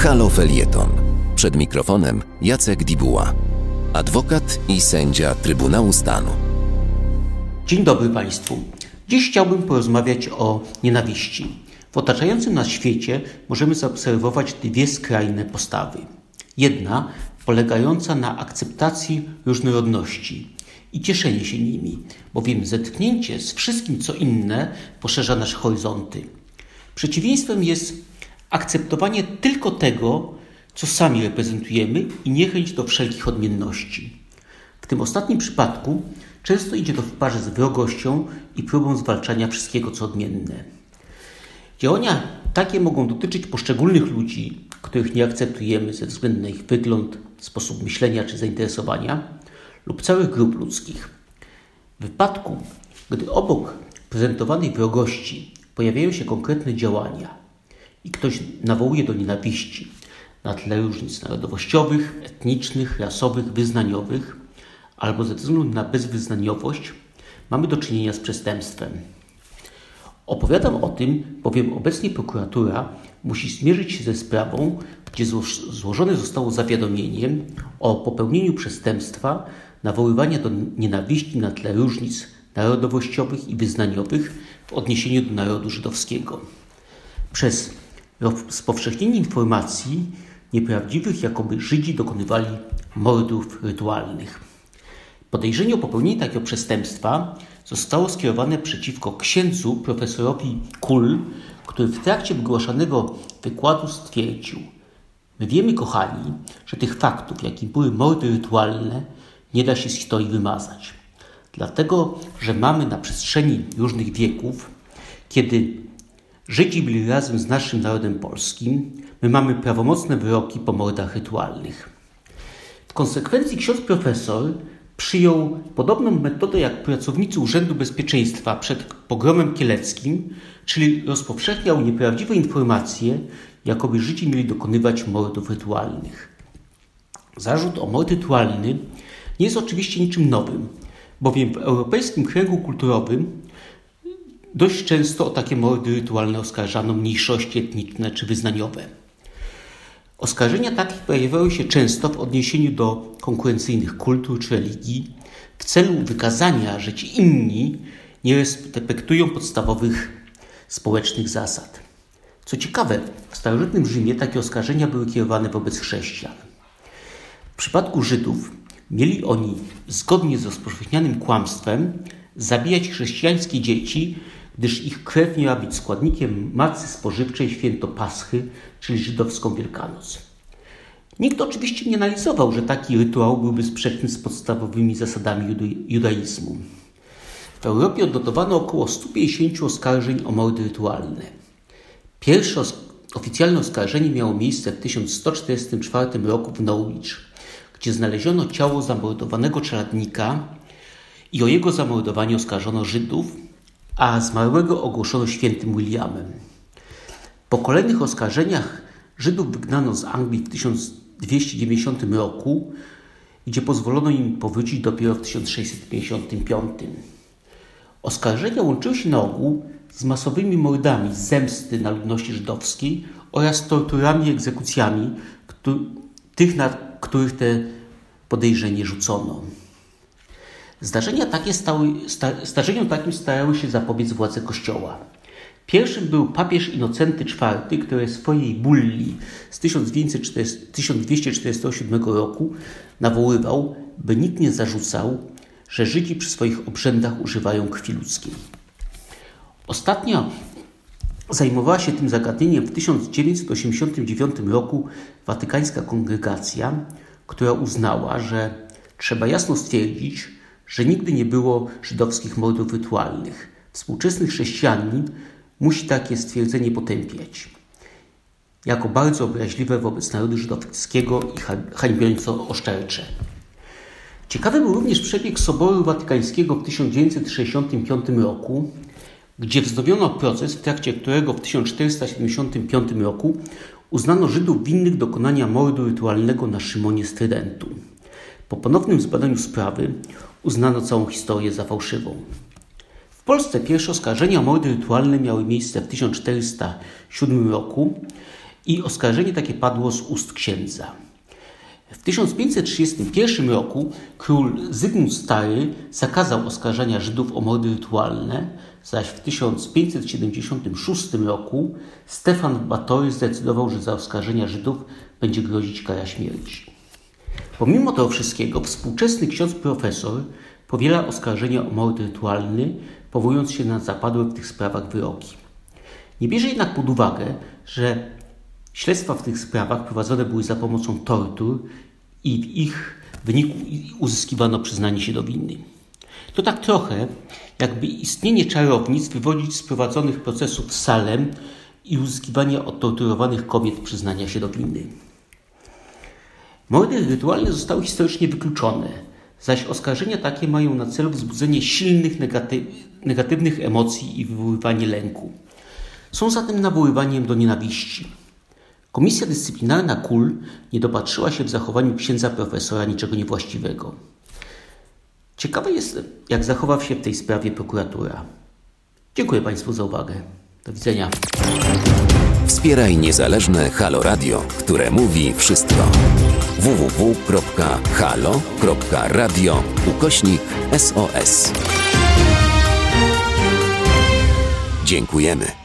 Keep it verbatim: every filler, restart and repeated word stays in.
Halo Felieton. Przed mikrofonem Jacek Dibuła, adwokat i sędzia Trybunału Stanu. Dzień dobry Państwu. Dziś chciałbym porozmawiać o nienawiści. W otaczającym nas świecie możemy zaobserwować dwie skrajne postawy. Jedna polegająca na akceptacji różnorodności i cieszenie się nimi, bowiem zetknięcie z wszystkim, co inne, poszerza nasze horyzonty. Przeciwieństwem jest akceptowanie tylko tego, co sami reprezentujemy i niechęć do wszelkich odmienności. W tym ostatnim przypadku często idzie to w parze z wrogością i próbą zwalczania wszystkiego, co odmienne. Działania takie mogą dotyczyć poszczególnych ludzi, których nie akceptujemy ze względu na ich wygląd, sposób myślenia czy zainteresowania, lub całych grup ludzkich. W wypadku, gdy obok prezentowanej wrogości pojawiają się konkretne działania i ktoś nawołuje do nienawiści na tle różnic narodowościowych, etnicznych, rasowych, wyznaniowych albo ze względu na bezwyznaniowość, mamy do czynienia z przestępstwem. Opowiadam o tym, bowiem obecnie prokuratura musi zmierzyć się ze sprawą, gdzie złożone zostało zawiadomienie o popełnieniu przestępstwa nawoływania do nienawiści na tle różnic narodowościowych i wyznaniowych w odniesieniu do narodu żydowskiego. Przez spowszechnienie informacji nieprawdziwych, jakoby Żydzi dokonywali mordów rytualnych. Podejrzenie o popełnienie takiego przestępstwa zostało skierowane przeciwko księdzu profesorowi Kull, który w trakcie wygłaszanego wykładu stwierdził: my wiemy, kochani, że tych faktów, jakim były mordy rytualne, nie da się z historii wymazać. Dlatego, że mamy na przestrzeni różnych wieków, kiedy Żydzi byli razem z naszym narodem polskim, my mamy prawomocne wyroki po mordach rytualnych. W konsekwencji ksiądz profesor przyjął podobną metodę jak pracownicy Urzędu Bezpieczeństwa przed pogromem kieleckim, czyli rozpowszechniał nieprawdziwe informacje, jakoby Żydzi mieli dokonywać mordów rytualnych. Zarzut o mord rytualny nie jest oczywiście niczym nowym, bowiem w europejskim kręgu kulturowym dość często o takie mordy rytualne oskarżano mniejszości etniczne czy wyznaniowe. Oskarżenia takie pojawiały się często w odniesieniu do konkurencyjnych kultur czy religii w celu wykazania, że ci inni nie respektują podstawowych społecznych zasad. Co ciekawe, w starożytnym Rzymie takie oskarżenia były kierowane wobec chrześcijan. W przypadku Żydów mieli oni, zgodnie z rozpowszechnianym kłamstwem, zabijać chrześcijańskie dzieci, gdyż ich krew miała być składnikiem macy spożywczej w święto Paschy, czyli żydowską Wielkanoc. Nikt oczywiście nie analizował, że taki rytuał byłby sprzeczny z podstawowymi zasadami judaizmu. W Europie odnotowano około sto pięćdziesiąt oskarżeń o mordy rytualne. Pierwsze os- oficjalne oskarżenie miało miejsce w tysiąc sto czterdziestym czwartym roku w Norwich, gdzie znaleziono ciało zamordowanego czeladnika i o jego zamordowanie oskarżono Żydów, a zmarłego ogłoszono świętym Williamem. Po kolejnych oskarżeniach Żydów wygnano z Anglii w tysiąc dwieście dziewięćdziesiątym roku, gdzie pozwolono im powrócić dopiero w tysiąc sześćset pięćdziesiątym piątym. Oskarżenia łączyły się na ogół z masowymi mordami z zemsty na ludności żydowskiej oraz torturami i egzekucjami tych, na których te podejrzenie rzucono. Zdarzenia takie stały, sta, zdarzeniom takim starały się zapobiec władze Kościoła. Pierwszym był papież Inocenty czwarty, który w swojej bulli z tysiąc dwieście czterdziestego siódmego roku nawoływał, by nikt nie zarzucał, że Żydzi przy swoich obrzędach używają krwi ludzkiej. Ostatnio zajmowała się tym zagadnieniem w tysiąc dziewięćset osiemdziesiątym dziewiątym roku watykańska kongregacja, która uznała, że trzeba jasno stwierdzić, że nigdy nie było żydowskich mordów rytualnych. Współczesny chrześcijanin musi takie stwierdzenie potępiać jako bardzo obraźliwe wobec narodu żydowskiego i hańbiąco oszczercze. Ciekawy był również przebieg Soboru Watykańskiego w tysiąc dziewięćset sześćdziesiątym piątym roku, gdzie wznowiono proces, w trakcie którego w tysiąc czterysta siedemdziesiątym piątym roku uznano Żydów winnych dokonania mordu rytualnego na Szymonie z Trydentu. Po ponownym zbadaniu sprawy uznano całą historię za fałszywą. W Polsce pierwsze oskarżenia o mordy rytualne miały miejsce w tysiąc czterysta siódmym roku i oskarżenie takie padło z ust księdza. W tysiąc pięćset trzydziestym pierwszym roku król Zygmunt Stary zakazał oskarżania Żydów o mordy rytualne, zaś w tysiąc pięćset siedemdziesiątym szóstym roku Stefan Batory zdecydował, że za oskarżenia Żydów będzie grozić kara śmierci. Pomimo tego wszystkiego współczesny ksiądz profesor powiela oskarżenia o mord rytualny, powołując się na zapadłe w tych sprawach wyroki. Nie bierze jednak pod uwagę, że śledztwa w tych sprawach prowadzone były za pomocą tortur i w ich wyniku uzyskiwano przyznanie się do winy. To tak trochę, jakby istnienie czarownic wywodzić z prowadzonych procesów w Salem i uzyskiwania od torturowanych kobiet przyznania się do winy. Mordy rytualne zostały historycznie wykluczone, zaś oskarżenia takie mają na celu wzbudzenie silnych negatyw, negatywnych emocji i wywoływanie lęku. Są zatem nawoływaniem do nienawiści. Komisja dyscyplinarna K U L nie dopatrzyła się w zachowaniu księdza profesora niczego niewłaściwego. Ciekawe jest, jak zachowa się w tej sprawie prokuratura. Dziękuję Państwu za uwagę. Do widzenia. Wspieraj niezależne Halo Radio, które mówi wszystko. w w w kropka halo kropka radio ukośnik S O S. Dziękujemy.